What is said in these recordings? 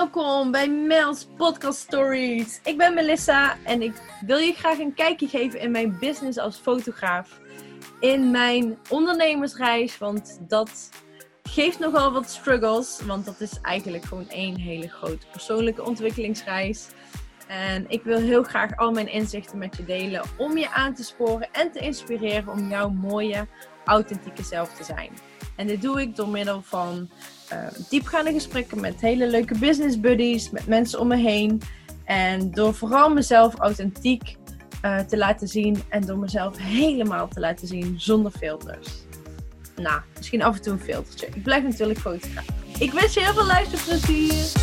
Welkom bij Mel's Podcast Stories. Ik ben Melissa en ik wil je graag een kijkje geven in mijn business als fotograaf. In mijn ondernemersreis, want dat geeft nogal wat struggles. Want dat is eigenlijk gewoon één hele grote persoonlijke ontwikkelingsreis. En ik wil heel graag al mijn inzichten met je delen om je aan te sporen en te inspireren om jouw mooie, authentieke zelf te zijn. En dit doe ik door middel van diepgaande gesprekken met hele leuke business buddies, met mensen om me heen. En door vooral mezelf authentiek te laten zien en door mezelf helemaal te laten zien zonder filters. Nou, misschien af en toe een filtertje. Ik blijf natuurlijk fotograaf. Ik wens je heel veel luisterplezier.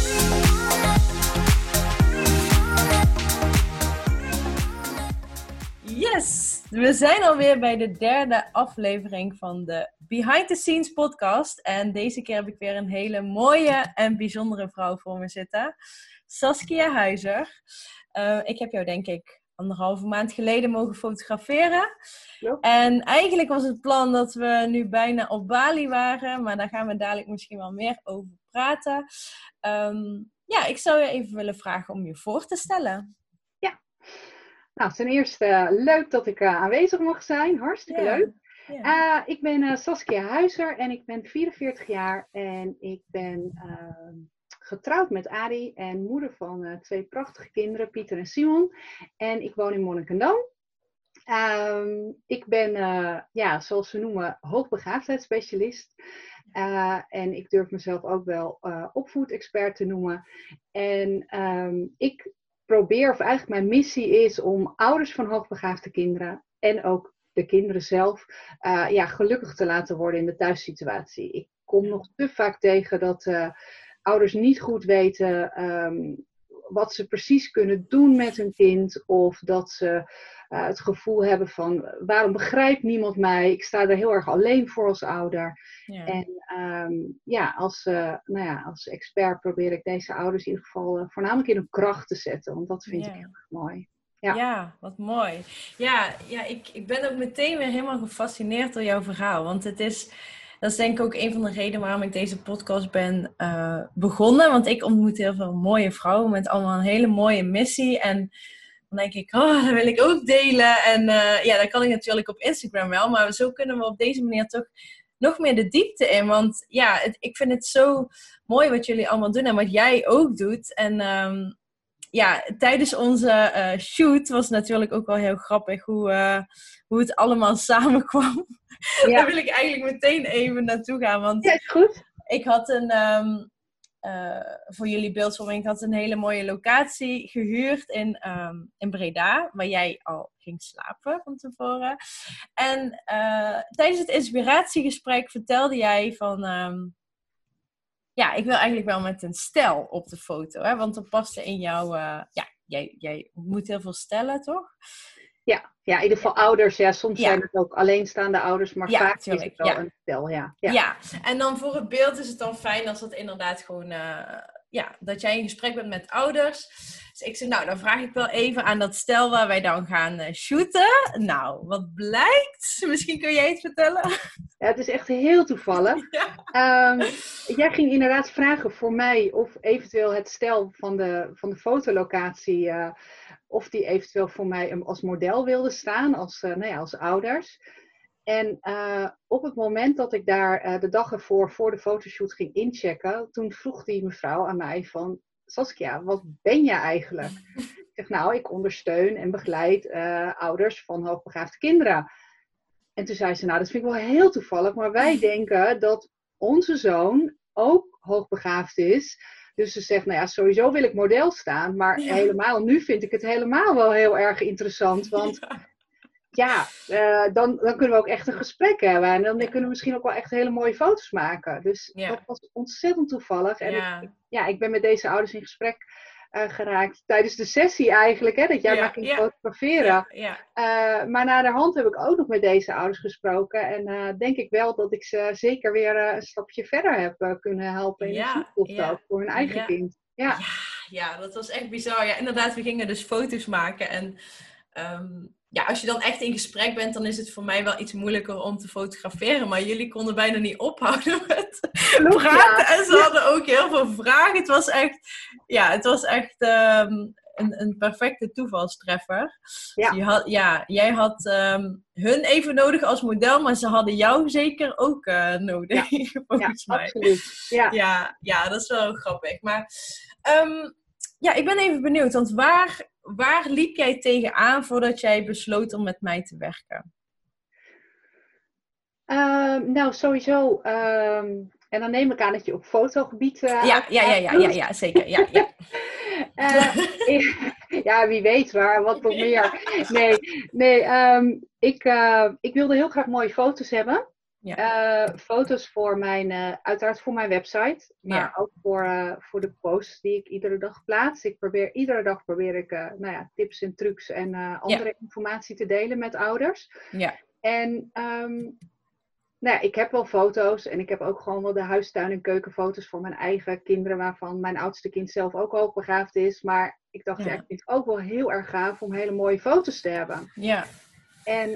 Yes, we zijn alweer bij de derde aflevering van de Behind the Scenes podcast. En deze keer heb ik weer een hele mooie en bijzondere vrouw voor me zitten. Saskia Huizer. Ik heb jou denk ik 1,5 maand geleden mogen fotograferen. Ja. En eigenlijk was het plan dat we nu bijna op Bali waren. Maar daar gaan we dadelijk misschien wel meer over praten. Ik zou je even willen vragen om je voor te stellen. Nou, ten eerste leuk dat ik aanwezig mag zijn. Hartstikke leuk. Ja. Ik ben Saskia Huizer en ik ben 44 jaar en ik ben getrouwd met Adi en moeder van 2 prachtige kinderen, Pieter en Simon. En ik woon in Monnikendam. Ik ben, zoals ze noemen, hoogbegaafdheidsspecialist. En ik durf mezelf ook wel opvoedexpert te noemen. En ik probeer, of eigenlijk mijn missie is om ouders van hoogbegaafde kinderen en ook de kinderen zelf gelukkig te laten worden in de thuissituatie. Ik kom nog te vaak tegen dat ouders niet goed weten wat ze precies kunnen doen met hun kind. Of dat ze het gevoel hebben van waarom begrijpt niemand mij? Ik sta er heel erg alleen voor als ouder. Ja. En als expert probeer ik deze ouders in ieder geval voornamelijk in hun kracht te zetten. Want dat vind ik heel erg mooi. Ja, wat mooi. Ja, ik ben ook meteen weer helemaal gefascineerd door jouw verhaal. Want dat is denk ik ook een van de redenen waarom ik deze podcast ben begonnen. Want ik ontmoet heel veel mooie vrouwen met allemaal een hele mooie missie. En dan denk ik, dat wil ik ook delen. En dat kan ik natuurlijk op Instagram wel. Maar zo kunnen we op deze manier toch nog meer de diepte in. Want ik vind het zo mooi wat jullie allemaal doen en wat jij ook doet. En tijdens onze shoot was het natuurlijk ook wel heel grappig hoe het allemaal samenkwam. Ja. Daar wil ik eigenlijk meteen even naartoe gaan. Want ja, is goed. Ik had voor jullie beeldvorming, ik had een hele mooie locatie gehuurd in Breda, waar jij al ging slapen van tevoren. En tijdens het inspiratiegesprek vertelde jij van ik wil eigenlijk wel met een stel op de foto. Hè? Want dat paste in jouw jij moet heel veel stellen, toch? Ja, in ieder geval ouders. Ja, soms zijn het ook alleenstaande ouders, maar vaak is het wel een stel. Ja, en dan voor het beeld is het dan fijn als dat inderdaad gewoon dat jij in gesprek bent met ouders. Dus ik zei, dan vraag ik wel even aan dat stel waar wij dan gaan shooten. Nou, wat blijkt? Misschien kun jij het vertellen? Ja, het is echt heel toevallig. Ja. Jij ging inderdaad vragen voor mij of eventueel het stel van de fotolocatie, of die eventueel voor mij als model wilde staan, als ouders. En op het moment dat ik daar de dag ervoor voor de fotoshoot ging inchecken, toen vroeg die mevrouw aan mij van, Saskia, wat ben jij eigenlijk? Ik zeg, ik ondersteun en begeleid ouders van hoogbegaafde kinderen. En toen zei ze, dat vind ik wel heel toevallig, maar wij denken dat onze zoon ook hoogbegaafd is. Dus ze zegt, sowieso wil ik model staan, maar helemaal nu vind ik het helemaal wel heel erg interessant, want dan kunnen we ook echt een gesprek hebben. En dan kunnen we misschien ook wel echt hele mooie foto's maken. Dus dat was ontzettend toevallig. En ik ben met deze ouders in gesprek geraakt tijdens de sessie eigenlijk. Hè, dat jij maar ging fotograferen. Maar naderhand heb ik ook nog met deze ouders gesproken. En denk ik wel dat ik ze zeker weer een stapje verder heb kunnen helpen in de zoektocht ook voor hun eigen kind. Ja, dat was echt bizar. Ja, inderdaad, we gingen dus foto's maken en ja, als je dan echt in gesprek bent, dan is het voor mij wel iets moeilijker om te fotograferen. Maar jullie konden bijna niet ophouden met praten. Ja. En ze hadden ook heel veel vragen. Het was echt een perfecte toevalstreffer. Ja. Dus jij had hun even nodig als model, maar ze hadden jou zeker ook nodig, volgens mij. Absoluut. Ja, dat is wel grappig. Maar ik ben even benieuwd, want waar liep jij tegenaan voordat jij besloot om met mij te werken? Nou, sowieso. En dan neem ik aan dat je op fotogebied... Ja, zeker. Ja. Ja, wie weet waar, wat nog meer. Nee, ik wilde heel graag mooie foto's hebben. Ja. Foto's voor uiteraard voor mijn website, maar ook voor de posts die ik iedere dag plaats. Iedere dag probeer ik tips en trucs en andere informatie te delen met ouders. Ja. En ik heb wel foto's en ik heb ook gewoon wel de huistuin- en keukenfoto's van mijn eigen kinderen, waarvan mijn oudste kind zelf ook hoogbegaafd is. Maar ik dacht, ik vind het ook wel heel erg gaaf om hele mooie foto's te hebben. Ja. En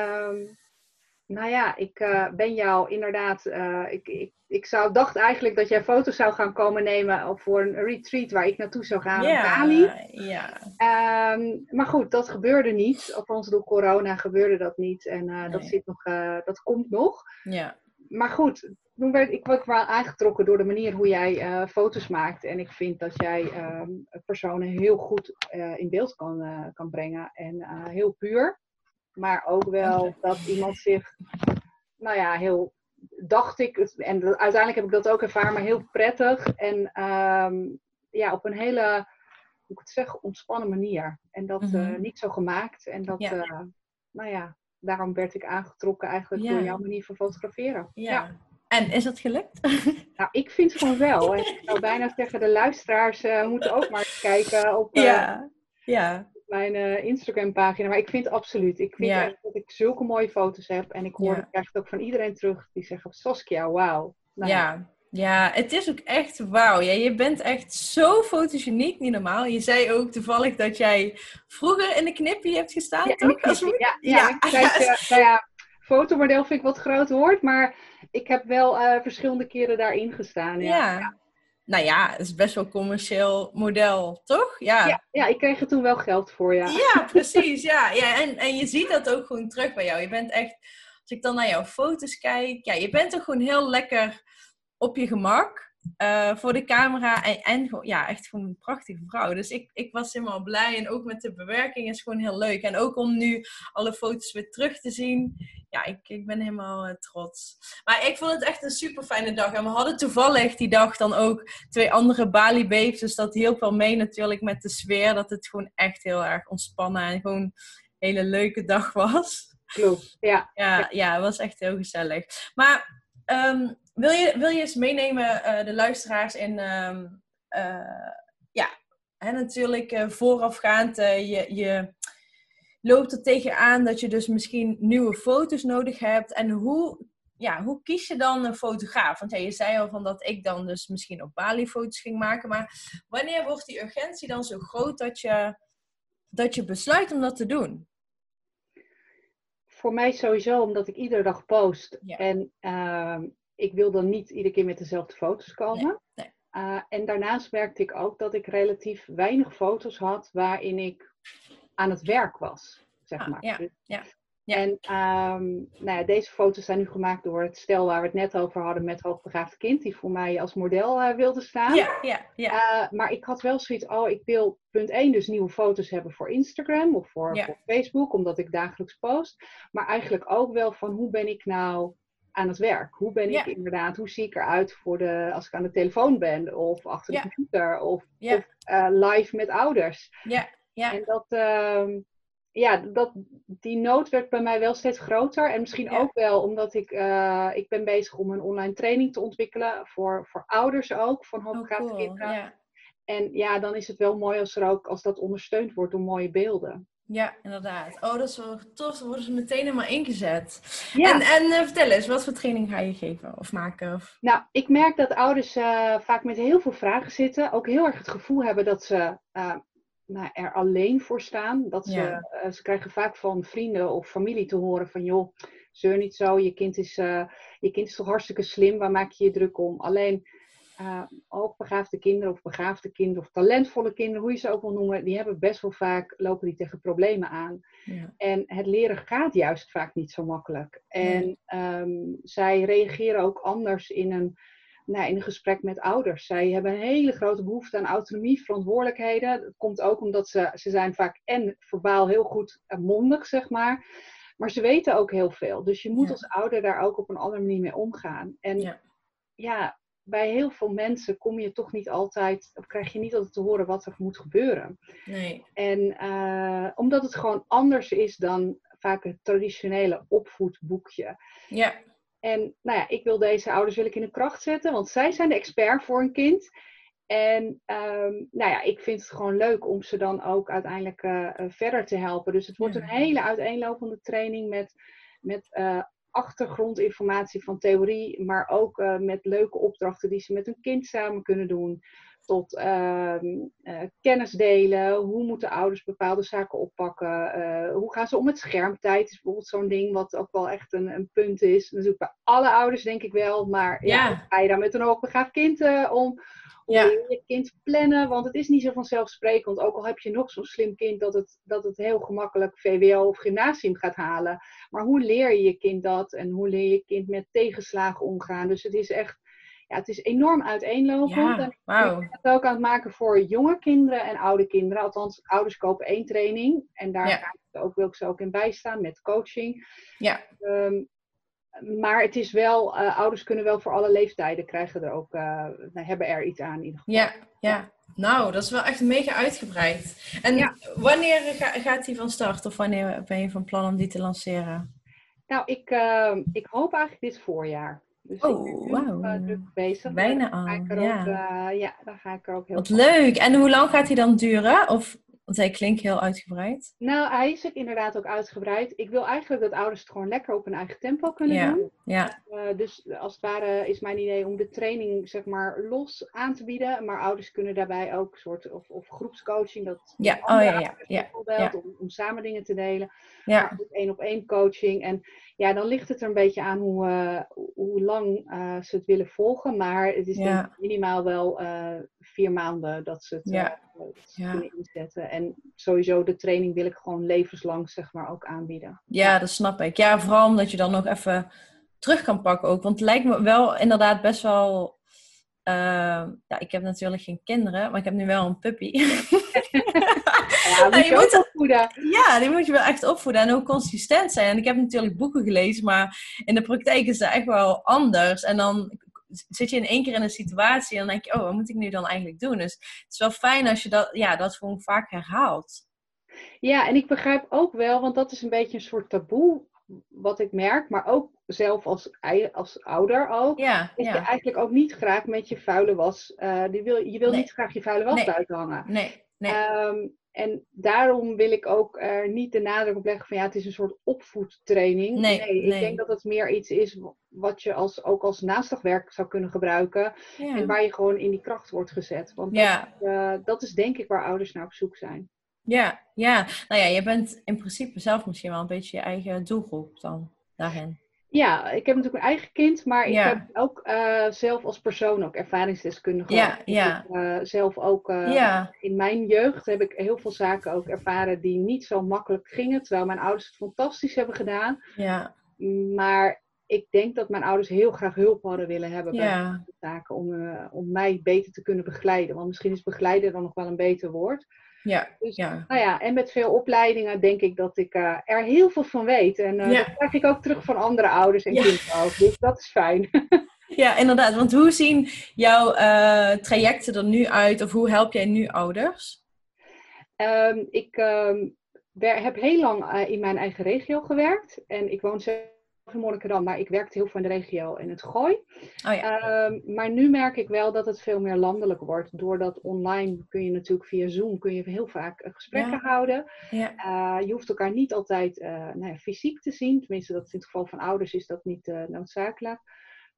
ik ben jou inderdaad... Ik dacht eigenlijk dat jij foto's zou gaan komen nemen voor een retreat waar ik naartoe zou gaan in Bali. Ja. Maar goed, dat gebeurde niet. Althans, door corona gebeurde dat niet. En dat komt nog. Ja. Maar goed, toen werd ik wel aangetrokken door de manier hoe jij foto's maakt. En ik vind dat jij personen heel goed in beeld kan brengen. En heel puur. Maar ook wel dat iemand zich, heel, dacht ik, en uiteindelijk heb ik dat ook ervaren, maar heel prettig. En op een hele, hoe ik het zeg, ontspannen manier. En dat niet zo gemaakt. En dat, daarom werd ik aangetrokken eigenlijk door jouw manier van fotograferen. Ja. En is dat gelukt? Nou, ik vind van wel. En ik zou bijna zeggen, de luisteraars moeten ook maar eens kijken op... mijn Instagram-pagina. Maar ik vind absoluut. Ik vind echt dat ik zulke mooie foto's heb. En ik krijg het ook van iedereen terug. Die zeggen, Saskia, wauw. Ja, het is ook echt wauw. Ja, je bent echt zo fotogeniek, niet normaal. Je zei ook toevallig dat jij vroeger in de knippie hebt gestaan, toch? Fotomodel vind ik wat groot woord. Maar ik heb wel verschillende keren daarin gestaan. Ja. Nou ja, het is best wel commercieel model, toch? Ja, ik kreeg er toen wel geld voor, ja. Ja, precies, ja. En je ziet dat ook gewoon terug bij jou. Je bent echt, als ik dan naar jouw foto's kijk, je bent toch gewoon heel lekker op je gemak voor de camera. En gewoon, echt gewoon een prachtige vrouw. Dus ik was helemaal blij. En ook met de bewerking is gewoon heel leuk. En ook om nu alle foto's weer terug te zien. Ja, ik ben helemaal trots. Maar ik vond het echt een super fijne dag. En we hadden toevallig die dag dan ook 2 andere Bali babes. Dus dat hielp wel mee natuurlijk met de sfeer. Dat het gewoon echt heel erg ontspannen en gewoon een hele leuke dag was. Klopt, ja. Ja, het was echt heel gezellig. Maar wil je eens meenemen, de luisteraars, in... natuurlijk voorafgaand je loopt er tegenaan dat je dus misschien nieuwe foto's nodig hebt. En hoe kies je dan een fotograaf? Want je zei al van dat ik dan dus misschien op Bali foto's ging maken. Maar wanneer wordt die urgentie dan zo groot dat je besluit om dat te doen? Voor mij sowieso omdat ik iedere dag post. Ja. En ik wil dan niet iedere keer met dezelfde foto's komen. Nee. En daarnaast merkte ik ook dat ik relatief weinig foto's had waarin ik aan het werk was, zeg maar. Ja. En deze foto's zijn nu gemaakt door het stel waar we het net over hadden met hoogbegaafd kind, die voor mij als model wilde staan. Ja. Maar ik had wel zoiets, ik wil punt 1 dus nieuwe foto's hebben voor Instagram of voor Facebook, omdat ik dagelijks post. Maar eigenlijk ook wel van hoe ben ik nou aan het werk? Hoe ben ik inderdaad, hoe zie ik eruit als ik aan de telefoon ben of achter de computer of live met ouders? Ja. En die nood werd bij mij wel steeds groter. En misschien ook wel omdat ik ben bezig om een online training te ontwikkelen. Voor ouders ook, van hoogbegaafde kinderen. Ja. En dan is het wel mooi als dat ondersteund wordt door mooie beelden. Ja, inderdaad. Oh, dat is wel tof. Dan worden ze meteen helemaal ingezet. Ja. En vertel eens, wat voor training ga je geven of maken? Of... Nou, ik merk dat ouders vaak met heel veel vragen zitten. Ook heel erg het gevoel hebben dat ze er alleen voor staan. Dat ze krijgen vaak van vrienden of familie te horen van joh, zeur niet zo, je kind is toch hartstikke slim, waar maak je je druk om? Alleen hoogbegaafde kinderen of begaafde kinderen of talentvolle kinderen, hoe je ze ook wil noemen, die hebben best wel vaak, lopen die tegen problemen aan. Ja. En het leren gaat juist vaak niet zo makkelijk. En zij reageren ook anders in een gesprek met ouders. Zij hebben een hele grote behoefte aan autonomie, verantwoordelijkheden. Dat komt ook omdat ze zijn vaak en verbaal heel goed mondig, zeg maar. Maar ze weten ook heel veel. Dus je moet als ouder daar ook op een andere manier mee omgaan. En bij heel veel mensen kom je toch niet altijd, of krijg je niet altijd te horen wat er moet gebeuren. Nee. En omdat het gewoon anders is dan vaak het traditionele opvoedboekje. Ja. En ik wil deze ouders in de kracht zetten, want zij zijn de expert voor een kind. En ik vind het gewoon leuk om ze dan ook uiteindelijk verder te helpen. Dus het wordt een hele uiteenlopende training met achtergrondinformatie van theorie, maar ook met leuke opdrachten die ze met hun kind samen kunnen doen. Tot kennis delen, hoe moeten ouders bepaalde zaken oppakken, hoe gaan ze om met schermtijd, is bijvoorbeeld zo'n ding wat ook wel echt een punt is. Natuurlijk bij alle ouders denk ik wel, maar ga je daar met een hoogbegaafd kind om? Hoe leer je kind plannen? Want het is niet zo vanzelfsprekend, ook al heb je nog zo'n slim kind dat het heel gemakkelijk VWO of gymnasium gaat halen. Maar hoe leer je je kind dat en hoe leer je kind met tegenslagen omgaan? Dus het is echt, het is enorm uiteenlopend. En ik ben het ook aan het maken voor jonge kinderen en oude kinderen. Althans, ouders kopen 1 training en daar wil ik ze ook in bijstaan met coaching. Ja. Maar het is wel, ouders kunnen wel voor alle leeftijden krijgen er ook, hebben er iets aan in ieder geval. Ja. Nou, dat is wel echt mega uitgebreid. En wanneer gaat die van start? Of wanneer ben je van plan om die te lanceren? Nou, ik hoop eigenlijk dit voorjaar. Dus ik ben nu druk bezig. Bijna dan ga ik er ook heel Wat leuk! En hoe lang gaat die dan duren? Want hij klinkt heel uitgebreid. Nou, hij is inderdaad ook uitgebreid. Ik wil eigenlijk dat ouders het gewoon lekker op hun eigen tempo kunnen doen. Ja. Dus als het ware is mijn idee om de training zeg maar los aan te bieden. Maar ouders kunnen daarbij ook soort of groepscoaching. Bijvoorbeeld om samen dingen te delen. Ja. Maar ook 1-op-1 coaching. En dan ligt het er een beetje aan hoe lang ze het willen volgen. Maar het is denk ik minimaal wel 4 maanden dat ze het kunnen inzetten. En sowieso de training wil ik gewoon levenslang zeg maar ook aanbieden. Ja, dat snap ik. Ja, vooral omdat je dan nog even terug kan pakken ook. Want het lijkt me wel inderdaad best wel... ik heb natuurlijk geen kinderen, maar ik heb nu wel een puppy. Die moet je opvoeden. Ja, die moet je wel echt opvoeden en ook consistent zijn. En ik heb natuurlijk boeken gelezen, maar in de praktijk is dat echt wel anders. En dan zit je in één keer in een situatie en dan denk je, wat moet ik nu dan eigenlijk doen? Dus het is wel fijn als je dat gewoon vaak herhaalt. Ja, en ik begrijp ook wel, want dat is een beetje een soort taboe wat ik merk, maar ook zelf als ouder ook. Dat je eigenlijk ook niet graag met je vuile was, je wil niet graag je vuile was buiten hangen. Nee. En daarom wil ik ook er niet de nadruk op leggen van het is een soort opvoedtraining. Nee, ik denk dat het meer iets is wat je ook als naastdagwerk zou kunnen gebruiken. Ja. En waar je gewoon in die kracht wordt gezet. Want dat is denk ik waar ouders naar op zoek zijn. Ja. Nou ja, je bent in principe zelf misschien wel een beetje je eigen doelgroep dan daarin. Ja, ik heb natuurlijk een eigen kind, maar ik heb ook zelf als persoon ook ervaringsdeskundige. Zelf ook in mijn jeugd heb ik heel veel zaken ook ervaren die niet zo makkelijk gingen. Terwijl mijn ouders het fantastisch hebben gedaan. Ja. Maar ik denk dat mijn ouders heel graag hulp hadden willen hebben bij de zaken om mij beter te kunnen begeleiden. Want misschien is begeleiden dan nog wel een beter woord. Dus, en met veel opleidingen denk ik dat ik er heel veel van weet. En dat krijg ik ook terug van andere ouders en kinderen ook. Dus dat is fijn. Ja, inderdaad. Want hoe zien jouw trajecten er nu uit? Of hoe help jij nu ouders? Ik heb heel lang in mijn eigen regio gewerkt. En ik woon zelf in Monnikendam, maar ik werkte heel veel in de regio in het Gooi. Maar nu merk ik wel dat het veel meer landelijk wordt. Doordat online kun je natuurlijk via Zoom heel vaak gesprekken houden. Je hoeft elkaar niet altijd fysiek te zien. Tenminste, dat in het geval van ouders is dat niet noodzakelijk.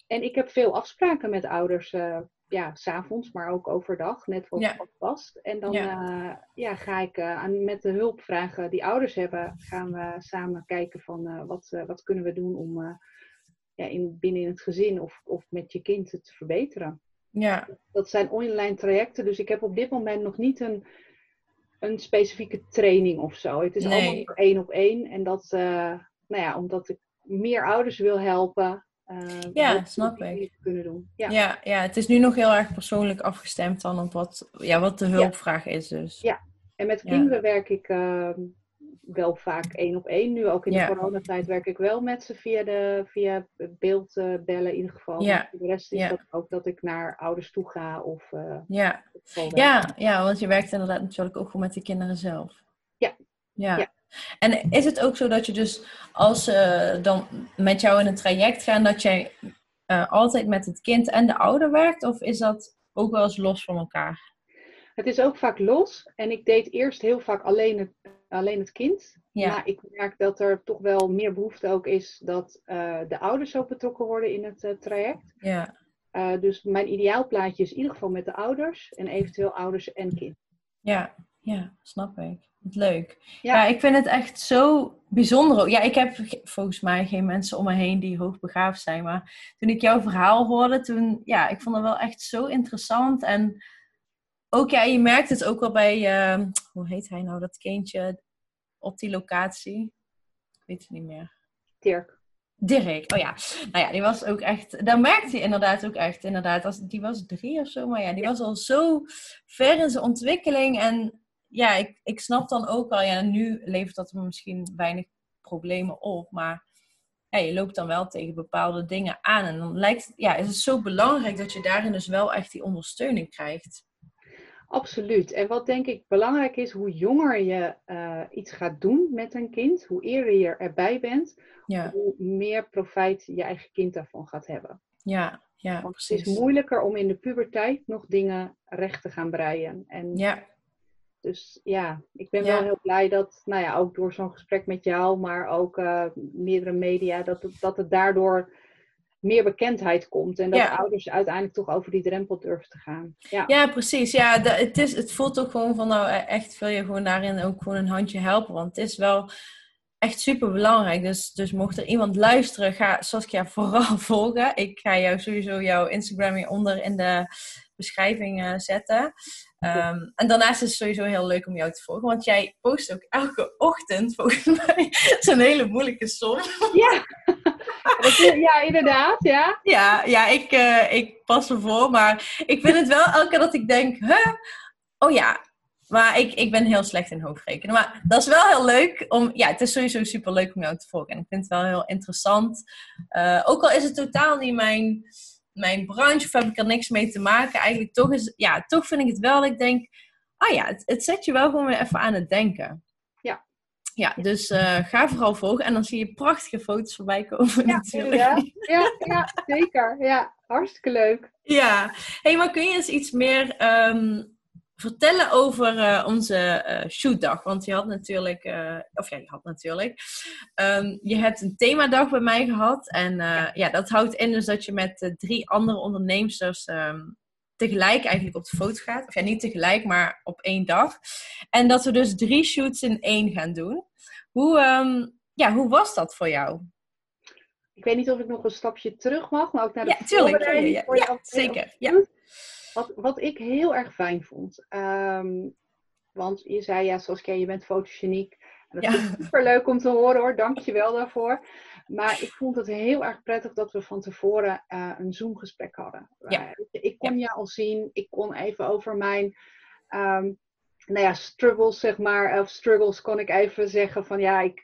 En ik heb veel afspraken met ouders, 's avonds, maar ook overdag, net wat past. En dan ga ik met de hulpvragen die ouders hebben, gaan we samen kijken van wat kunnen we doen om binnen in het gezin of met je kind het te verbeteren. Ja. Dat zijn online trajecten, dus ik heb op dit moment nog niet een specifieke training of zo. Het is allemaal nog 1 op 1. En dat, omdat ik meer ouders wil helpen. Snap ik. Kunnen doen. Ja, het is nu nog heel erg persoonlijk afgestemd dan op wat de hulpvraag is. Dus. Ja, en met kinderen werk ik wel vaak 1 op 1. Nu ook in de coronatijd werk ik wel met ze via beeldbellen in ieder geval. Maar de rest is dat ook dat ik naar ouders toe ga. Of, want je werkt inderdaad natuurlijk ook gewoon met de kinderen zelf. Ja. En is het ook zo dat je dus als ze dan met jou in een traject gaan, dat jij altijd met het kind en de ouder werkt? Of is dat ook wel eens los van elkaar? Het is ook vaak los. En ik deed eerst heel vaak alleen het kind. Ja. Maar ik merk dat er toch wel meer behoefte ook is dat de ouders ook betrokken worden in het traject. Ja. Dus mijn ideaalplaatje is in ieder geval met de ouders en eventueel ouders en kind. Ja, snap ik. Wat leuk. Ja, ik vind het echt zo bijzonder. Ja, ik heb volgens mij geen mensen om me heen die hoogbegaafd zijn. Maar toen ik jouw verhaal hoorde, ik vond het wel echt zo interessant. En ook, je merkt het ook wel bij, hoe heet hij nou, dat kindje op die locatie? Ik weet het niet meer. Dirk, oh ja. Nou ja, die was ook echt, daar merkte hij inderdaad ook echt, die was 3 of zo, maar die was al zo ver in zijn ontwikkeling. En ik snap dan ook wel, nu levert dat me misschien weinig problemen op, maar je loopt dan wel tegen bepaalde dingen aan. En dan is het zo belangrijk dat je daarin dus wel echt die ondersteuning krijgt. Absoluut. En wat denk ik belangrijk is, hoe jonger je iets gaat doen met een kind, hoe eerder je erbij bent, hoe meer profijt je eigen kind daarvan gaat hebben. Ja, want precies. Het is moeilijker om in de puberteit nog dingen recht te gaan breien. Dus ik ben wel heel blij dat, ook door zo'n gesprek met jou, maar ook meerdere media, dat het daardoor meer bekendheid komt. En dat ouders uiteindelijk toch over die drempel durven te gaan. Ja, precies. Ja, het voelt ook gewoon van, echt wil je gewoon daarin ook gewoon een handje helpen. Want het is wel echt super belangrijk. Dus mocht er iemand luisteren, ga Saskia vooral volgen. Ik ga sowieso jouw Instagram hieronder in de beschrijving zetten. En daarnaast is het sowieso heel leuk om jou te volgen. Want jij post ook elke ochtend, volgens mij, zo'n hele moeilijke som. Ja, inderdaad, ja. Ja, ik pas ervoor, maar ik vind het wel elke keer dat ik denk, oh ja, maar ik ben heel slecht in hoofdrekenen. Maar dat is wel heel leuk het is sowieso super leuk om jou te volgen. En ik vind het wel heel interessant. Ook al is het totaal niet mijn branche of heb ik er niks mee te maken. Eigenlijk toch vind ik het wel dat ik denk, het zet je wel gewoon weer even aan het denken. Ja, dus ga vooral volgen. En dan zie je prachtige foto's voorbij komen natuurlijk. Ja, zeker. Ja, hartstikke leuk. Ja. Hey, maar kun je eens iets meer vertellen over onze shootdag? Want je had natuurlijk... je hebt een themadag bij mij gehad. En dat houdt in dus dat je met 3 andere onderneemsters... tegelijk eigenlijk op de foto gaat. Of niet tegelijk, maar op 1 dag. En dat we dus 3 shoots in 1 gaan doen. Hoe was dat voor jou? Ik weet niet of ik nog een stapje terug mag, maar ook naar de voorbereiding. Ja, zeker. Ja. Wat ik heel erg fijn vond. Want je zei, Saskia, je bent fotogeniek. En dat is super leuk om te horen hoor. Dank je wel daarvoor. Maar ik vond het heel erg prettig dat we van tevoren een Zoom-gesprek hadden. Ik kon jou al zien. Ik kon even over mijn struggles, zeg maar. Of struggles kon ik even zeggen van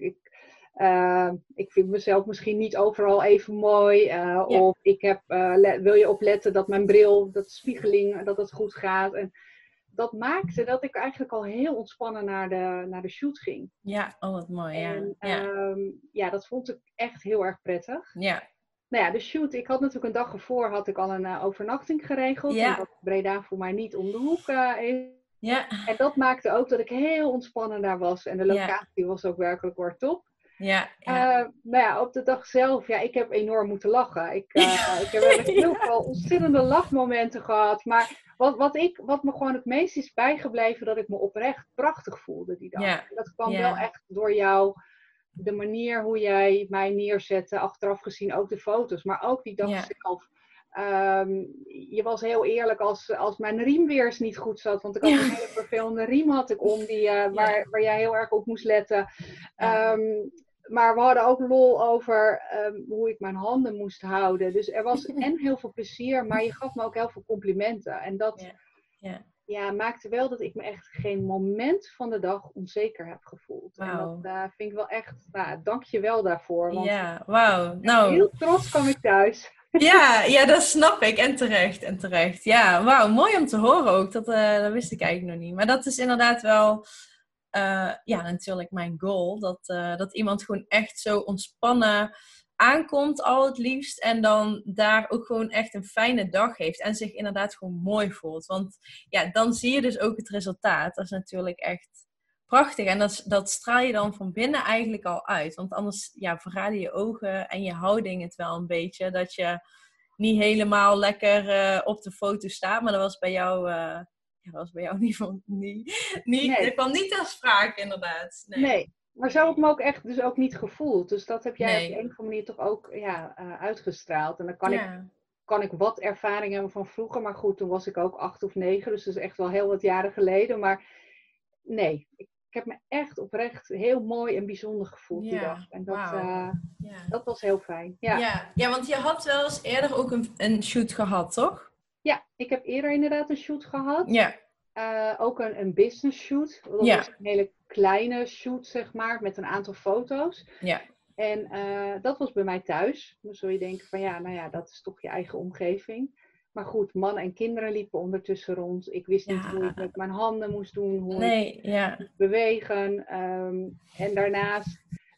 ik vind mezelf misschien niet overal even mooi. Of wil je opletten dat mijn bril, dat spiegeling, dat het goed gaat. En dat maakte dat ik eigenlijk al heel ontspannen naar de shoot ging. Ja, wat mooi. En dat vond ik echt heel erg prettig. Ja. De shoot, ik had natuurlijk een dag ervoor had ik al een overnachting geregeld. Ja. Omdat Breda voor mij niet om de hoek is. Ja. En dat maakte ook dat ik heel ontspannen daar was. En de locatie was ook werkelijk waar top. Ja, ja. Nou ja, op de dag zelf, ja, ik heb enorm moeten lachen. Ik heb wel heel veel ontzettende lachmomenten gehad. Maar wat me gewoon het meest is bijgebleven, dat ik me oprecht prachtig voelde die dag. Ja, En dat kwam wel ja, echt door jou, de manier hoe jij mij neerzette, achteraf gezien ook de foto's, maar ook die dag ja, zelf. Je was heel eerlijk als mijn riem weer eens niet goed zat, want ik had ja, een hele vervelende riem had ik om, ja, waar jij heel erg op moest letten. ja, Ehm, maar we hadden ook lol over hoe ik mijn handen moest houden. Dus er was en heel veel plezier, maar je gaf me ook heel veel complimenten. En dat ja, ja. ja, maakte wel dat ik me echt geen moment van de dag onzeker heb gevoeld. En dat Wauw. vind ik wel echt, nou, dank je wel daarvoor. Want Ja, wauw. heel Nou, trots kwam ik thuis. ja, ja, dat snap ik. En terecht, en terecht. Ja, wauw, mooi om te horen ook. Dat wist ik eigenlijk nog niet. Maar dat is inderdaad wel, ja, natuurlijk mijn goal. Dat iemand gewoon echt zo ontspannen aankomt, al het liefst. En dan daar ook gewoon echt een fijne dag heeft. En zich inderdaad gewoon mooi voelt. Want ja, dan zie je dus ook het resultaat. Dat is natuurlijk echt prachtig. En dat straal je dan van binnen eigenlijk al uit. Want anders ja, verraden je ogen en je houding het wel een beetje. Dat je niet helemaal lekker op de foto staat. Maar dat was bij jou, ja, dat was bij jou in ieder geval niet. Dat Nee, kwam niet ter sprake, inderdaad. Nee. nee. Maar zo heb ik me ook echt dus ook niet gevoeld. Dus dat heb jij op de Nee. een of andere manier toch ook ja, uitgestraald. En dan Ja. kan ik wat ervaring hebben van vroeger. Maar goed, toen was ik ook 8 of 9. Dus dat is echt wel heel wat jaren geleden. Maar nee, ik heb me echt oprecht heel mooi en bijzonder gevoeld die dag. Ja. En Wauw. Ja. dat was heel fijn. Ja. Ja. Ja, want je had wel eens eerder ook een shoot gehad, toch? Ja, ik heb eerder inderdaad een shoot gehad. Ja. Ook een business shoot. Dat Ja. was een hele kleine shoot, zeg maar, met een aantal foto's. Ja. En dat was bij mij thuis. Dan zul je denken van ja, nou ja, dat is toch je eigen omgeving. Maar goed, mannen en kinderen liepen ondertussen rond. Ik wist niet hoe ik Ja. met mijn handen moest doen, hoe ik Nee. Ja. moest bewegen. En daarnaast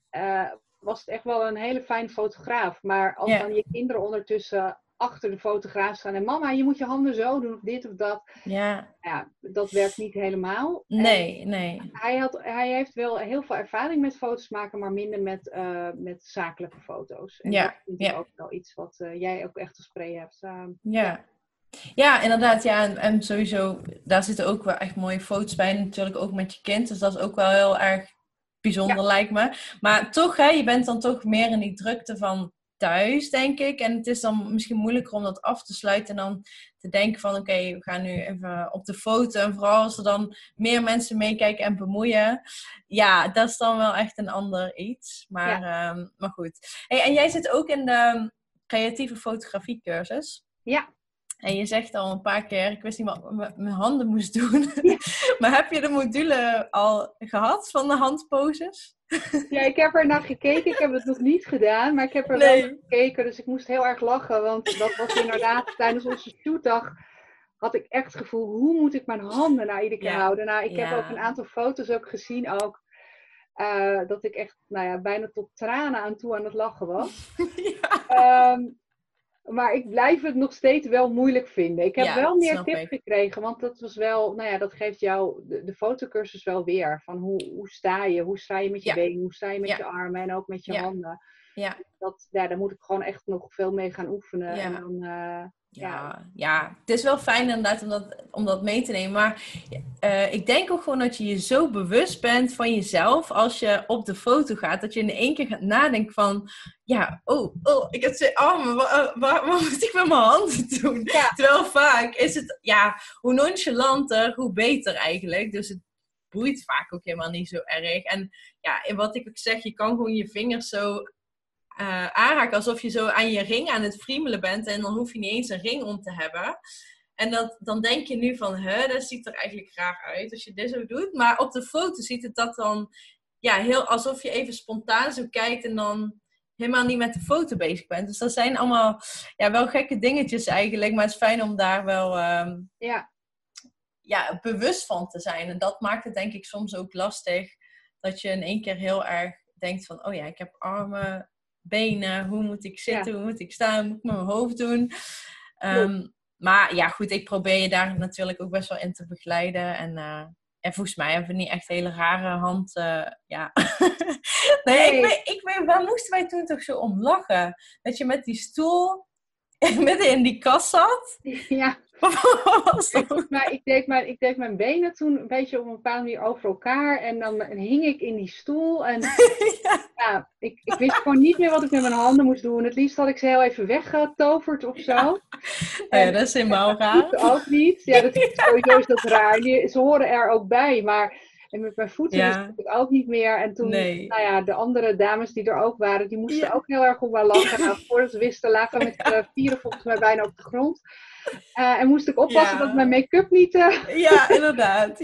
was het echt wel een hele fijne fotograaf. Maar als Ja. dan je kinderen ondertussen achter de fotograaf staan en mama, je moet je handen zo doen of dit of dat. Ja. Ja, dat werkt niet helemaal. Nee. Nee. Hij heeft wel heel veel ervaring met foto's maken, maar minder met zakelijke foto's. En dat Ja. vind ik Ja. ook wel iets wat jij ook echt als pre hebt. Ja. Ja, inderdaad. Ja, en sowieso, daar zitten ook wel echt mooie foto's bij. Natuurlijk ook met je kind. Dus dat is ook wel heel erg bijzonder, Ja, lijkt me. Maar toch, hè, je bent dan toch meer in die drukte van thuis, denk ik. En het is dan misschien moeilijker om dat af te sluiten. En dan te denken van, oké, we gaan nu even op de foto. En vooral als er dan meer mensen meekijken en bemoeien. Ja, dat is dan wel echt een ander iets. Maar, ja, maar goed. Hey, en jij zit ook in de creatieve fotografie cursus. ja. En je zegt al een paar keer, ik wist niet wat ik met mijn handen moest doen. Ja. Maar heb je de module al gehad van de handposes? Ja, ik heb er naar gekeken. Ik heb het nog niet gedaan, maar ik heb er wel naar Nee. gekeken. Dus ik moest heel erg lachen, want dat was inderdaad tijdens onze shootdag had ik echt het gevoel, hoe moet ik mijn handen nou iedere keer Ja. houden? Nou, ik heb ook een Ja. aantal foto's ook gezien ook. Dat ik echt, nou ja, bijna tot tranen aan toe aan het lachen was. Ja. Maar ik blijf het nog steeds wel moeilijk vinden. Ik heb Ja, wel meer snap tips ik. gekregen, want dat was wel, nou ja, dat geeft jou de fotocursus wel weer. Van hoe sta je? Hoe sta je met je Ja. benen? Hoe sta je met Ja. je armen en ook met je Ja. handen? Ja. Ja, daar moet ik gewoon echt nog veel mee gaan oefenen. Ja. En dan, Ja, het is wel fijn inderdaad om dat mee te nemen. Maar ik denk ook gewoon dat je je zo bewust bent van jezelf als je op de foto gaat. Dat je in één keer gaat nadenken van, ja, oh, ik heb twee armen. Wat moet ik met mijn handen doen? Ja. Terwijl vaak is het, ja, hoe nonchalanter, hoe beter eigenlijk. Dus het boeit vaak ook helemaal niet zo erg. En ja, en wat ik ook zeg, je kan gewoon je vingers zo aanraken alsof je zo aan je ring aan het friemelen bent en dan hoef je niet eens een ring om te hebben. En dan denk je nu van, dat ziet er eigenlijk raar uit als je dit zo doet. Maar op de foto ziet het dat dan ja, heel alsof je even spontaan zo kijkt en dan helemaal niet met de foto bezig bent. Dus dat zijn allemaal ja, wel gekke dingetjes eigenlijk, maar het is fijn om daar wel ja, bewust van te zijn. En dat maakt het denk ik soms ook lastig dat je in één keer heel erg denkt van, oh ja, ik heb armen, benen, hoe moet ik zitten, hoe moet ik staan, hoe moet ik met mijn hoofd doen. Maar ja, goed, ik probeer je daar natuurlijk ook best wel in te begeleiden. En En volgens mij hebben we niet echt hele rare hand... ja. Nee, ik weet, waar moesten wij toen toch zo om lachen? Dat je met die stoel midden in die kast zat. Ja. Wat was dat? Maar ik deed mijn benen toen een beetje op een bepaalde manier over elkaar. En dan hing ik in die stoel. En ja, ik wist gewoon niet meer wat ik met mijn handen moest doen. Het liefst had ik ze heel even weggetoverd of zo. Ja. Ja, dat is helemaal raar. Dat ook niet. Ja, dat is sowieso is dat raar. Ze horen er ook bij, maar... En met mijn voeten wist ik het ook niet meer. En toen, nou ja, de andere dames die er ook waren, die moesten ook heel erg op mij lachen. Nou, voordat we wisten, lagen we met 4 volgens mij bijna op de grond. En moest ik oppassen dat mijn make-up niet... Ja, inderdaad.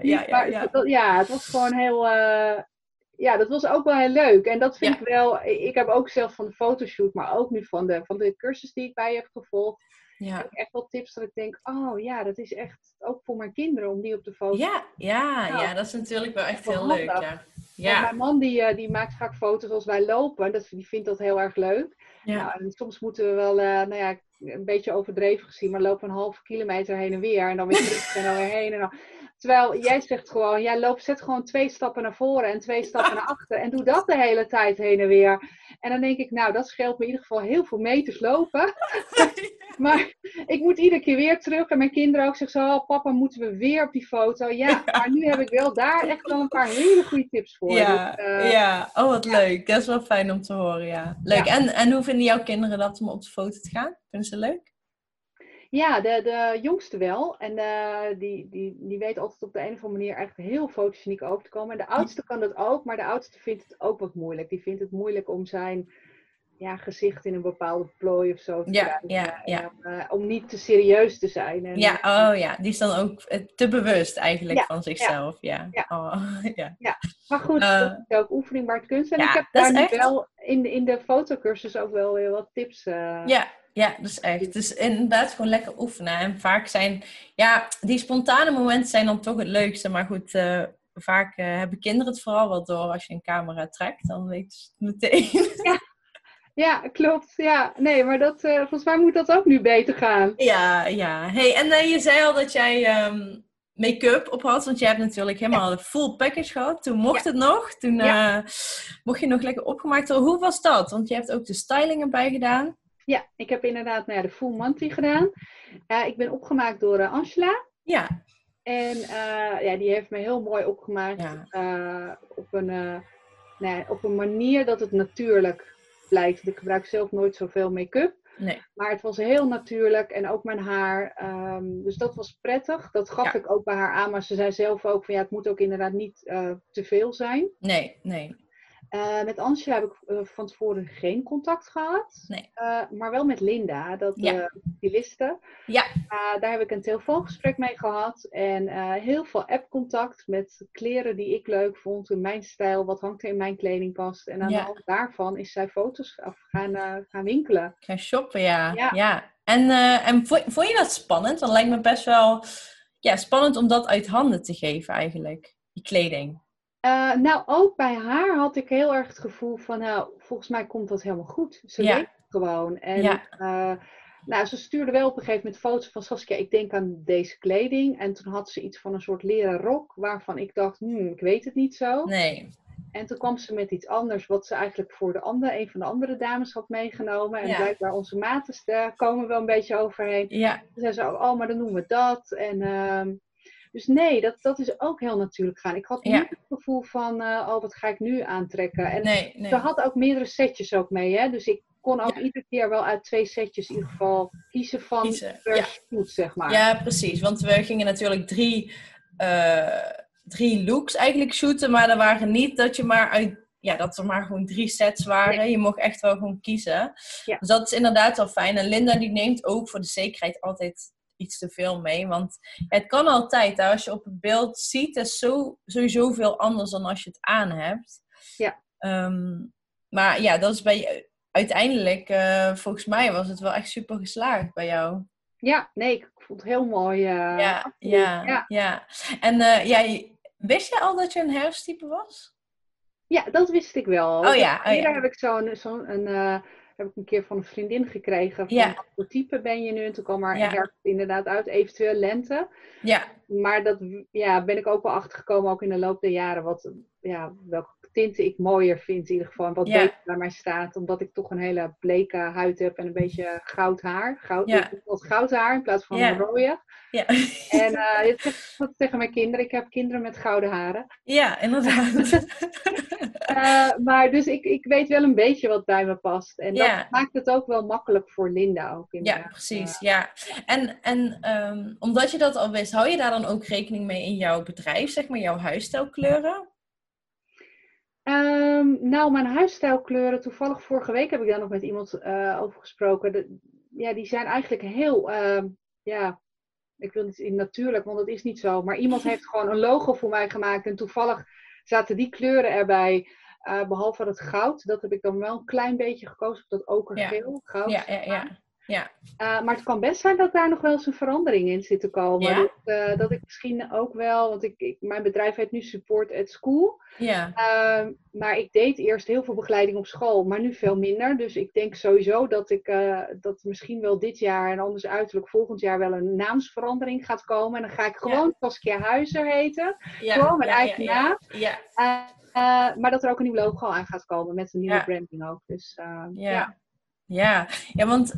Het was gewoon heel... ja, dat was ook wel heel leuk. En dat vind ik wel... Ik heb ook zelf van de fotoshoot, maar ook nu van de cursus die ik bij je heb gevolgd. Ja. Heb ik echt wel tips dat ik denk, oh ja, dat is echt ook voor mijn kinderen om die op de foto Ja, dat is natuurlijk wel echt heel leuk. Ja. Mijn man die maakt vaak foto's als wij lopen. Die vindt dat heel erg leuk. Ja. Nou, en soms moeten we wel, een beetje overdreven gezien, maar lopen een halve kilometer heen en weer. En dan weer terug en dan weer heen. En dan... Terwijl jij zegt gewoon, zet gewoon 2 stappen naar voren en 2 stappen naar achter. En doe dat de hele tijd heen en weer. En dan denk ik, nou, dat scheelt me in ieder geval heel veel meters lopen. Maar ik moet iedere keer weer terug. En mijn kinderen ook zeggen zo, papa, moeten we weer op die foto? Ja, maar nu heb ik wel daar echt wel een paar hele goede tips voor. Ja, oh wat leuk. Dat is wel fijn om te horen, ja. Leuk. Ja. En hoe vinden jouw kinderen dat om op de foto te gaan? Vinden ze leuk? Ja, de jongste wel. En die weet altijd op de een of andere manier echt heel fotogeniek over te komen. En de oudste kan dat ook, maar de oudste vindt het ook wat moeilijk. Die vindt het moeilijk om zijn gezicht in een bepaalde plooi of zo te krijgen. Om niet te serieus te zijn. En, die is dan ook te bewust eigenlijk van zichzelf. Ja. Maar goed, dat is ook oefening waard kunst. En ik heb daar nu wel in de fotocursus ook wel weer wat tips. Ja, dat is echt. Het is inderdaad gewoon lekker oefenen. En vaak zijn, die spontane momenten zijn dan toch het leukste. Maar goed, vaak hebben kinderen het vooral wel door als je een camera trekt. Dan weet je het meteen. Ja, klopt. Ja, nee, maar volgens mij moet dat ook nu beter gaan. Ja. Hey, en je zei al dat jij make-up op had. Want je hebt natuurlijk helemaal de full package gehad. Toen mocht het nog. Toen mocht je nog lekker opgemaakt worden. Hoe was dat? Want je hebt ook de styling erbij gedaan. Ja, ik heb inderdaad de full monty gedaan. Ik ben opgemaakt door Angela. Ja. En die heeft me heel mooi opgemaakt. Op een manier dat het natuurlijk blijft. Ik gebruik zelf nooit zoveel make-up. Nee. Maar het was heel natuurlijk. En ook mijn haar. Dus dat was prettig. Dat gaf ik ook bij haar aan. Maar ze zei zelf ook van het moet ook inderdaad niet te veel zijn. Nee. Met Angela heb ik van tevoren geen contact gehad. Nee. Maar wel met Linda, die liste. Ja. Daar heb ik een telefoongesprek mee gehad. En heel veel appcontact met kleren die ik leuk vond. In mijn stijl, wat hangt er in mijn kledingkast. En aan de hand daarvan is zij foto's gaan winkelen. Gaan shoppen, ja. En vond je dat spannend? Want het lijkt me best wel spannend om dat uit handen te geven eigenlijk. Die kleding. Ook bij haar had ik heel erg het gevoel van, volgens mij komt dat helemaal goed. Ze weet het gewoon. En ze stuurde wel op een gegeven moment foto's van Saskia, ik denk aan deze kleding. En toen had ze iets van een soort leren rok, waarvan ik dacht, ik weet het niet zo. Nee. En toen kwam ze met iets anders, wat ze eigenlijk voor een van de andere dames had meegenomen. En blijkbaar onze maten komen wel een beetje overheen. Ja. Toen zei ze, maar dan doen we dat. En... Dus nee, dat is ook heel natuurlijk gaan. Ik had niet het gevoel van, wat ga ik nu aantrekken? En ze had ook meerdere setjes ook mee, hè. Dus ik kon ook iedere keer wel uit 2 setjes in ieder geval kiezen per shoot, zeg maar. Ja, precies. Want we gingen natuurlijk 3 looks eigenlijk shooten, maar er waren niet dat je maar dat er maar gewoon 3 sets waren. Nee. Je mocht echt wel gewoon kiezen. Ja. Dus dat is inderdaad wel fijn. En Linda die neemt ook voor de zekerheid altijd iets te veel mee. Want het kan altijd. Hè? Als je op het beeld ziet, is sowieso veel anders dan als je het aan hebt. Ja. Maar dat is bij uiteindelijk, volgens mij was het wel echt super geslaagd bij jou. Ja, nee, ik vond het heel mooi. Ja. En wist je al dat je een herfsttype was? Ja, dat wist ik wel. Eerder heb ik heb ik een keer van een vriendin gekregen. Van Ja. wat voor type ben je nu? En toen kwam er Ja. herfst inderdaad uit, eventueel lente. Ja. Maar dat ben ik ook wel achtergekomen, ook in de loop der jaren, welke tinten ik mooier vind in ieder geval. En wat beter bij mij staat, omdat ik toch een hele bleke huid heb en een beetje goud haar. Wat goud haar in plaats van een rode. Ja. En ik zeg dat tegen mijn kinderen. Ik heb kinderen met gouden haren. Ja, inderdaad. Maar dus ik weet wel een beetje wat bij me past. En dat maakt het ook wel makkelijk voor Linda ook. Inderdaad. Ja, precies. Ja. En omdat je dat al wist, hou je daar dan ook rekening mee in jouw bedrijf, zeg maar, jouw huisstijlkleuren? Nou, mijn huisstijlkleuren, toevallig vorige week heb ik daar nog met iemand over gesproken. Die zijn eigenlijk heel, ik wil niet natuurlijk, want dat is niet zo. Maar iemand heeft gewoon een logo voor mij gemaakt en toevallig zaten die kleuren erbij. Behalve het goud, dat heb ik dan wel een klein beetje gekozen op dat okergeel. Goud. Ja. Maar het kan best zijn dat daar nog wel eens een verandering in zit te komen. Ja? Dus, dat ik misschien ook wel, want mijn bedrijf heet nu Support at School. Ja. Maar ik deed eerst heel veel begeleiding op school, maar nu veel minder. Dus ik denk sowieso dat misschien wel dit jaar en anders uiterlijk volgend jaar wel een naamsverandering gaat komen. En dan ga ik gewoon Saskia Huizer heten. Gewoon mijn eigen naam. Maar dat er ook een nieuw logo aan gaat komen met een nieuwe branding ook. Dus Ja, want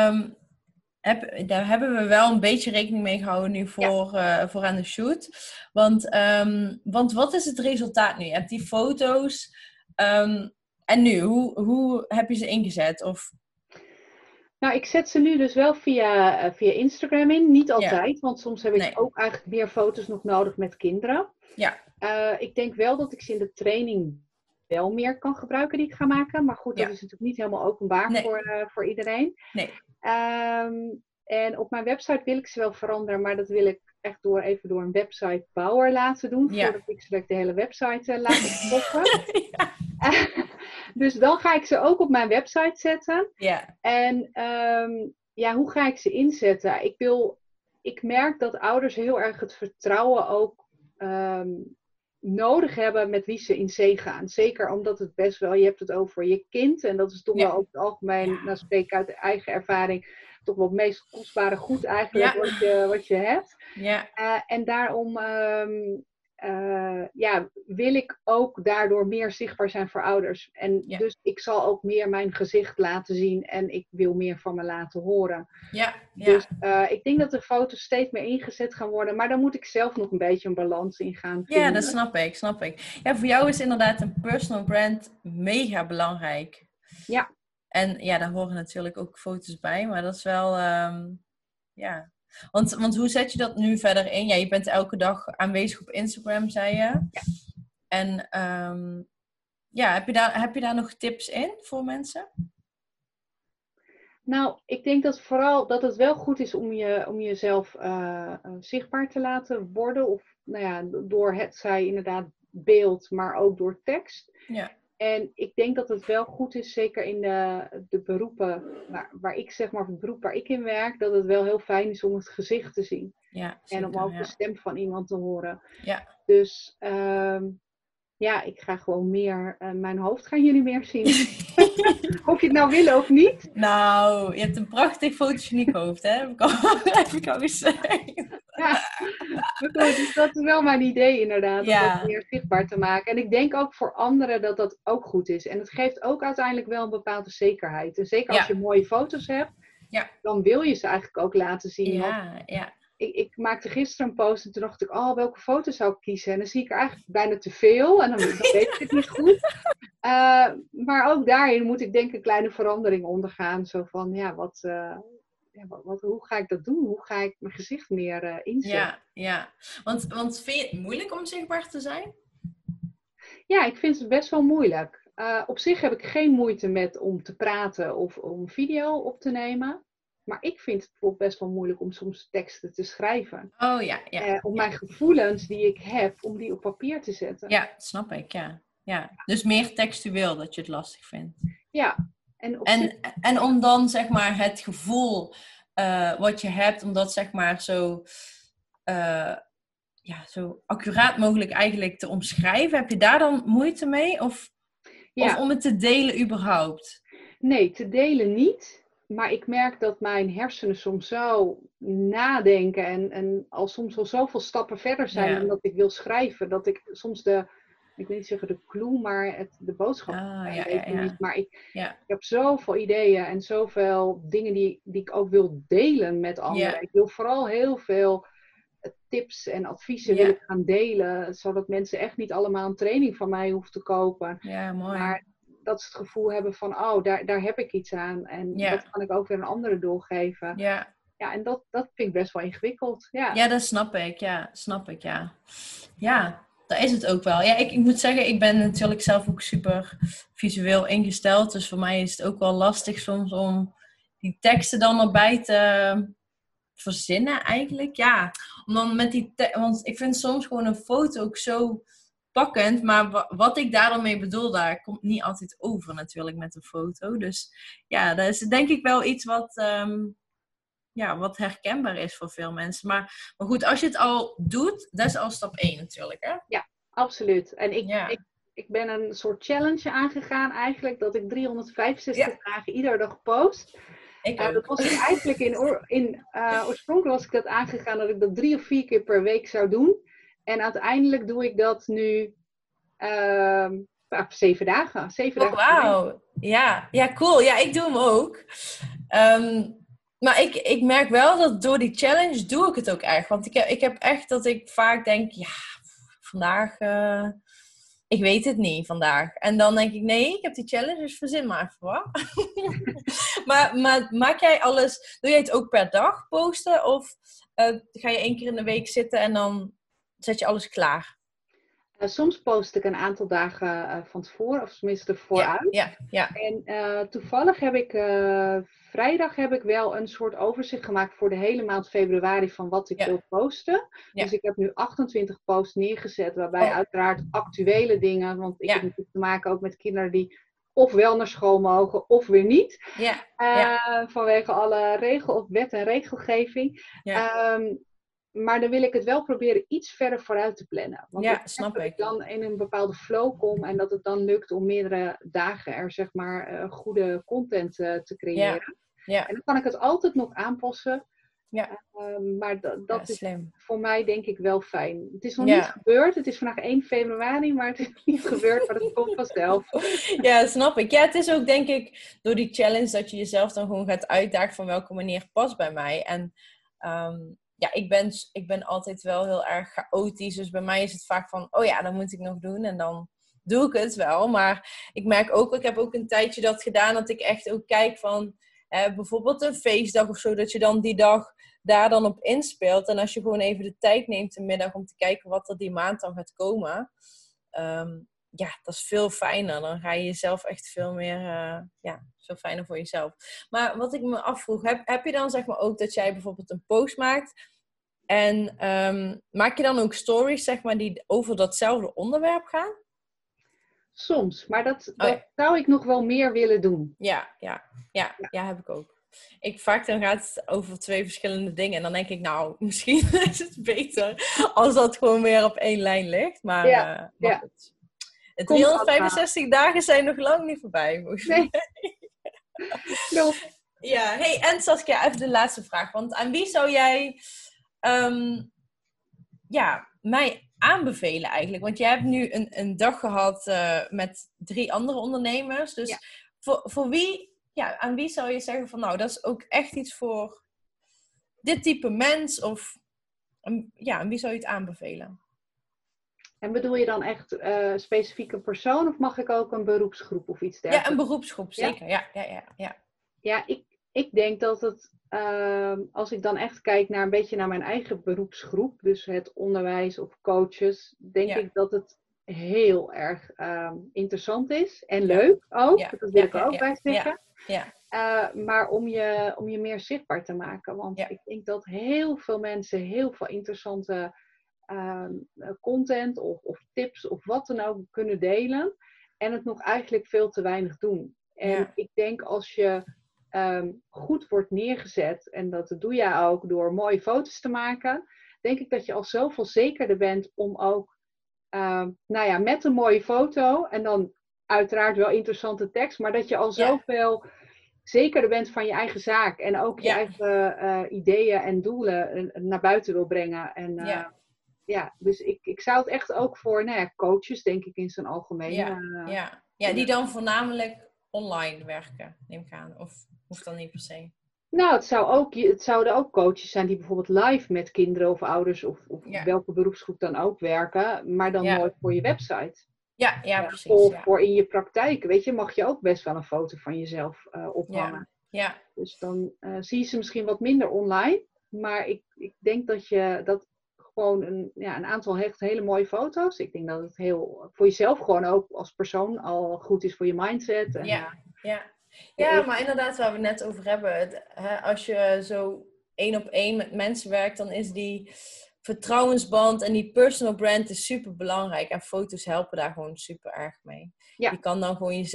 daar hebben we wel een beetje rekening mee gehouden nu voor aan de shoot. Want wat is het resultaat nu? Je hebt die foto's. En nu, hoe heb je ze ingezet? Of... Nou, ik zet ze nu dus wel via Instagram in. Niet altijd, want soms heb ik ook eigenlijk meer foto's nog nodig met kinderen. Ja. Ik denk wel dat ik ze in de training wel meer kan gebruiken die ik ga maken. Maar goed, dat is natuurlijk niet helemaal openbaar voor iedereen. Nee. En op mijn website wil ik ze wel veranderen, maar dat wil ik echt even door een websitebouwer laten doen. Voordat ik ze de hele website laat ontploffen. Dus dan ga ik ze ook op mijn website zetten. Ja. En hoe ga ik ze inzetten? Ik merk dat ouders heel erg het vertrouwen ook nodig hebben met wie ze in zee gaan. Zeker omdat het best wel, je hebt het over je kind. En dat is toch wel over het algemeen, nou spreek ik uit eigen ervaring, toch wel het meest kostbare goed eigenlijk wat je hebt. Ja. En daarom wil ik ook daardoor meer zichtbaar zijn voor ouders. En dus ik zal ook meer mijn gezicht laten zien en ik wil meer van me laten horen. Ja. Dus ik denk dat de foto's steeds meer ingezet gaan worden, maar daar moet ik zelf nog een beetje een balans in gaan vinden. Ja, dat snap ik. Ja, voor jou is inderdaad een personal brand mega belangrijk. Ja. En daar horen natuurlijk ook foto's bij, maar dat is wel, Want hoe zet je dat nu verder in? Ja, je bent elke dag aanwezig op Instagram, zei je. Ja. En heb je daar nog tips in voor mensen? Nou, ik denk dat vooral dat het wel goed is om jezelf zichtbaar te laten worden. Of door zij inderdaad beeld, maar ook door tekst. Ja. En ik denk dat het wel goed is, zeker in de beroepen waar ik zeg maar, het beroep waar ik in werk, dat het wel heel fijn is om het gezicht te zien. Ja, zeker, en om ook de stem van iemand te horen. Ja. Dus ik ga gewoon meer, mijn hoofd gaan jullie meer zien. Of je het nou willen of niet. Nou, je hebt een prachtig fotogeniek hoofd, hè? Heb ik al gezegd. Ja, dus dat is wel mijn idee inderdaad, om dat meer zichtbaar te maken. En ik denk ook voor anderen dat dat ook goed is. En het geeft ook uiteindelijk wel een bepaalde zekerheid. En zeker als je mooie foto's hebt, dan wil je ze eigenlijk ook laten zien. Ja. Ik maakte gisteren een post en toen dacht ik, welke foto zou ik kiezen? En dan zie ik er eigenlijk bijna te veel en dan weet ik het niet goed. Maar ook daarin moet ik denk ik een kleine verandering ondergaan. Zo van, hoe ga ik dat doen? Hoe ga ik mijn gezicht meer inzetten? Ja. Want vind je het moeilijk om zichtbaar te zijn? Ja, ik vind het best wel moeilijk. Op zich heb ik geen moeite met om te praten of om video op te nemen. Maar ik vind het bijvoorbeeld best wel moeilijk om soms teksten te schrijven. Oh ja. Om mijn gevoelens die ik heb, om die op papier te zetten. Ja, snap ik, ja. Dus meer textueel dat je het lastig vindt. Ja. En om dan zeg maar het gevoel wat je hebt, om dat zeg maar zo accuraat mogelijk eigenlijk te omschrijven. Heb je daar dan moeite mee? Of om het te delen überhaupt? Nee, te delen niet. Maar ik merk dat mijn hersenen soms zo nadenken en al soms wel zoveel stappen verder zijn dan dat ik wil schrijven. Dat ik soms ik wil niet zeggen de clue, maar de boodschap een beetje mis. Maar ik heb zoveel ideeën en zoveel dingen die ik ook wil delen met anderen. Ik wil vooral heel veel tips en adviezen wil ik gaan delen. Zodat mensen echt niet allemaal een training van mij hoeven te kopen. Ja, mooi. Maar dat ze het gevoel hebben van, oh, daar heb ik iets aan. En dat kan ik ook weer een andere doorgeven. Ja, en dat vind ik best wel ingewikkeld. Ja, dat snap ik. Ja, Ja, dat is het ook wel. Ja, ik moet zeggen, ik ben natuurlijk zelf ook super visueel ingesteld. Dus voor mij is het ook wel lastig soms om die teksten dan erbij te verzinnen eigenlijk. Ja, om dan met want ik vind soms gewoon een foto ook zo pakkend. Maar wat ik daar dan mee bedoel, daar komt niet altijd over natuurlijk met een foto. Dus ja, dat is denk ik wel iets wat herkenbaar is voor veel mensen. Maar goed, als je het al doet, dat is al stap 1 natuurlijk, hè? Ja, absoluut. En ik ben een soort challenge aangegaan eigenlijk, dat ik 365 dagen iedere dag post. Dat was ik eigenlijk oorspronkelijk was ik dat aangegaan dat ik dat 3 of 4 keer per week zou doen. En uiteindelijk doe ik dat nu 7 dagen. 7 dagen. Wauw. Ja, cool. Ja, ik doe hem ook. Maar ik merk wel dat door die challenge doe ik het ook echt. Want ik heb echt dat ik vaak denk, ja, vandaag, ik weet het niet vandaag. En dan denk ik, nee, ik heb die challenge, dus verzin maar even wat. maar maak jij alles, doe jij het ook per dag posten? Of ga je 1 keer in de week zitten en dan zet je alles klaar? Soms post ik een aantal dagen van tevoren, of tenminste vooruit. Ja. En toevallig heb ik vrijdag heb ik wel een soort overzicht gemaakt voor de hele maand februari van wat ik wil posten. Ja. Dus ik heb nu 28 posts neergezet, waarbij uiteraard actuele dingen, want ik heb natuurlijk te maken ook met kinderen die of wel naar school mogen of weer niet. Vanwege alle wet en regelgeving. Maar dan wil ik het wel proberen iets verder vooruit te plannen. Want snap ik. Dan in een bepaalde flow kom en dat het dan lukt om meerdere dagen er zeg maar goede content te creëren. En dan kan ik het altijd nog aanpassen. Maar dat is slim. Voor mij denk ik wel fijn. Het is nog niet gebeurd. Het is vandaag 1 februari, maar het is niet gebeurd. Maar het komt vanzelf. Ja, snap ik. Ja, het is ook denk ik door die challenge dat je jezelf dan gewoon gaat uitdagen van welke manier past bij mij. En ik ben altijd wel heel erg chaotisch. Dus bij mij is het vaak van, oh ja, dat moet ik nog doen. En dan doe ik het wel. Maar ik merk ook, ik heb ook een tijdje dat gedaan, dat ik echt ook kijk van, bijvoorbeeld een feestdag of zo, dat je dan die dag daar dan op inspeelt. En als je gewoon even de tijd neemt de middag om te kijken wat er die maand dan gaat komen. Dat is veel fijner. Dan ga je jezelf echt veel meer, veel fijner voor jezelf. Maar wat ik me afvroeg, heb je dan zeg maar ook dat jij bijvoorbeeld een post maakt en maak je dan ook stories zeg maar die over datzelfde onderwerp gaan? Soms, maar dat zou ik nog wel meer willen doen. Ja, heb ik ook. Vaak dan gaat het over 2 verschillende dingen. En dan denk ik, nou, misschien is het beter als dat gewoon weer op 1 lijn ligt. Maar goed. De 365 dagen zijn nog lang niet voorbij, volgens mij. Nee. Ja, hey, en Saskia, even de laatste vraag. Want aan wie zou jij mij aanbevelen eigenlijk? Want jij hebt nu een dag gehad met 3 andere ondernemers. Dus voor wie, aan wie zou je zeggen van, nou, dat is ook echt iets voor dit type mens? Of aan wie zou je het aanbevelen? En bedoel je dan echt specifiek een persoon of mag ik ook een beroepsgroep of iets dergelijks? Ja, een beroepsgroep, zeker. Ja, ik denk dat het, als ik dan echt kijk naar een beetje naar mijn eigen beroepsgroep, dus het onderwijs of coaches, denk ik dat het heel erg interessant is en leuk ook. Dat wil ik er ook bij zeggen. Maar om je meer zichtbaar te maken. Want ik denk dat heel veel mensen heel veel interessante content of tips of wat dan ook kunnen delen. En het nog eigenlijk veel te weinig doen. En ik denk als je goed wordt neergezet, en dat doe jij ook door mooie foto's te maken, denk ik dat je al zoveel zekerder bent om ook met een mooie foto en dan uiteraard wel interessante tekst, maar dat je al zoveel zekerder bent van je eigen zaak. En ook je eigen ideeën en doelen naar buiten wil brengen. En dus ik zou het echt ook voor coaches, denk ik, in zijn algemeen. Die dan voornamelijk online werken, neem ik aan. Of hoeft dan niet per se? Nou, het zouden ook coaches zijn die bijvoorbeeld live met kinderen of ouders of welke beroepsgroep dan ook werken, maar dan nooit voor je website. Ja, precies. Of voor in je praktijk, weet je, mag je ook best wel een foto van jezelf ophangen. Ja. Dus dan zie je ze misschien wat minder online, maar ik denk dat gewoon een aantal hele mooie foto's. Ik denk dat het heel voor jezelf gewoon ook als persoon al goed is voor je mindset. En, maar inderdaad, waar we het net over hebben. Als je zo 1-op-1 met mensen werkt, dan is die vertrouwensband en die personal brand is super belangrijk. En foto's helpen daar gewoon super erg mee. Ja. Je kan dan gewoon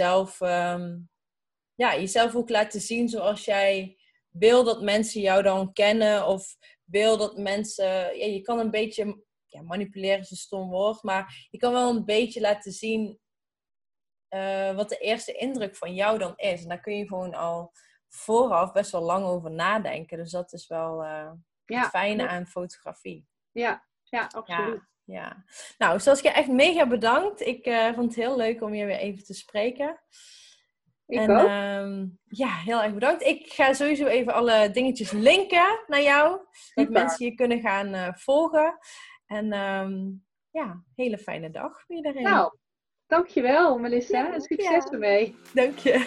jezelf ook laten zien zoals jij wil dat mensen jou dan kennen. Of wil dat mensen... je kan een beetje... manipuleren is een stom woord. Maar je kan wel een beetje laten zien wat de eerste indruk van jou dan is. En daar kun je gewoon al vooraf best wel lang over nadenken. Dus dat is wel het fijne aan fotografie. Ja, absoluut. Ja. Nou, zoals ik je echt mega bedankt. Ik vond het heel leuk om je weer even te spreken. Ik ook. Heel erg bedankt. Ik ga sowieso even alle dingetjes linken naar jou. Dat mensen je kunnen gaan volgen. En hele fijne dag voor iedereen. Nou, dankjewel Melissa. En succes ermee. Dank je.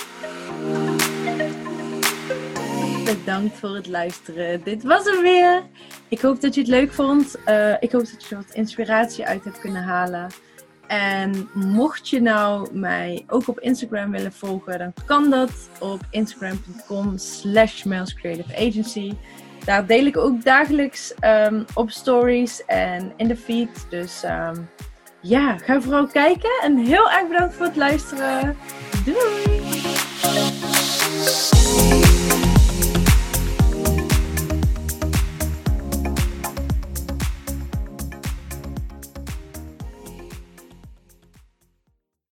Bedankt voor het luisteren. Dit was hem weer. Ik hoop dat je het leuk vond. Ik hoop dat je er wat inspiratie uit hebt kunnen halen. En mocht je nou mij ook op Instagram willen volgen, dan kan dat op instagram.com/mailscreativeagency. Daar deel ik ook dagelijks op stories en in de feed. Dus ga vooral kijken. En heel erg bedankt voor het luisteren. Doei!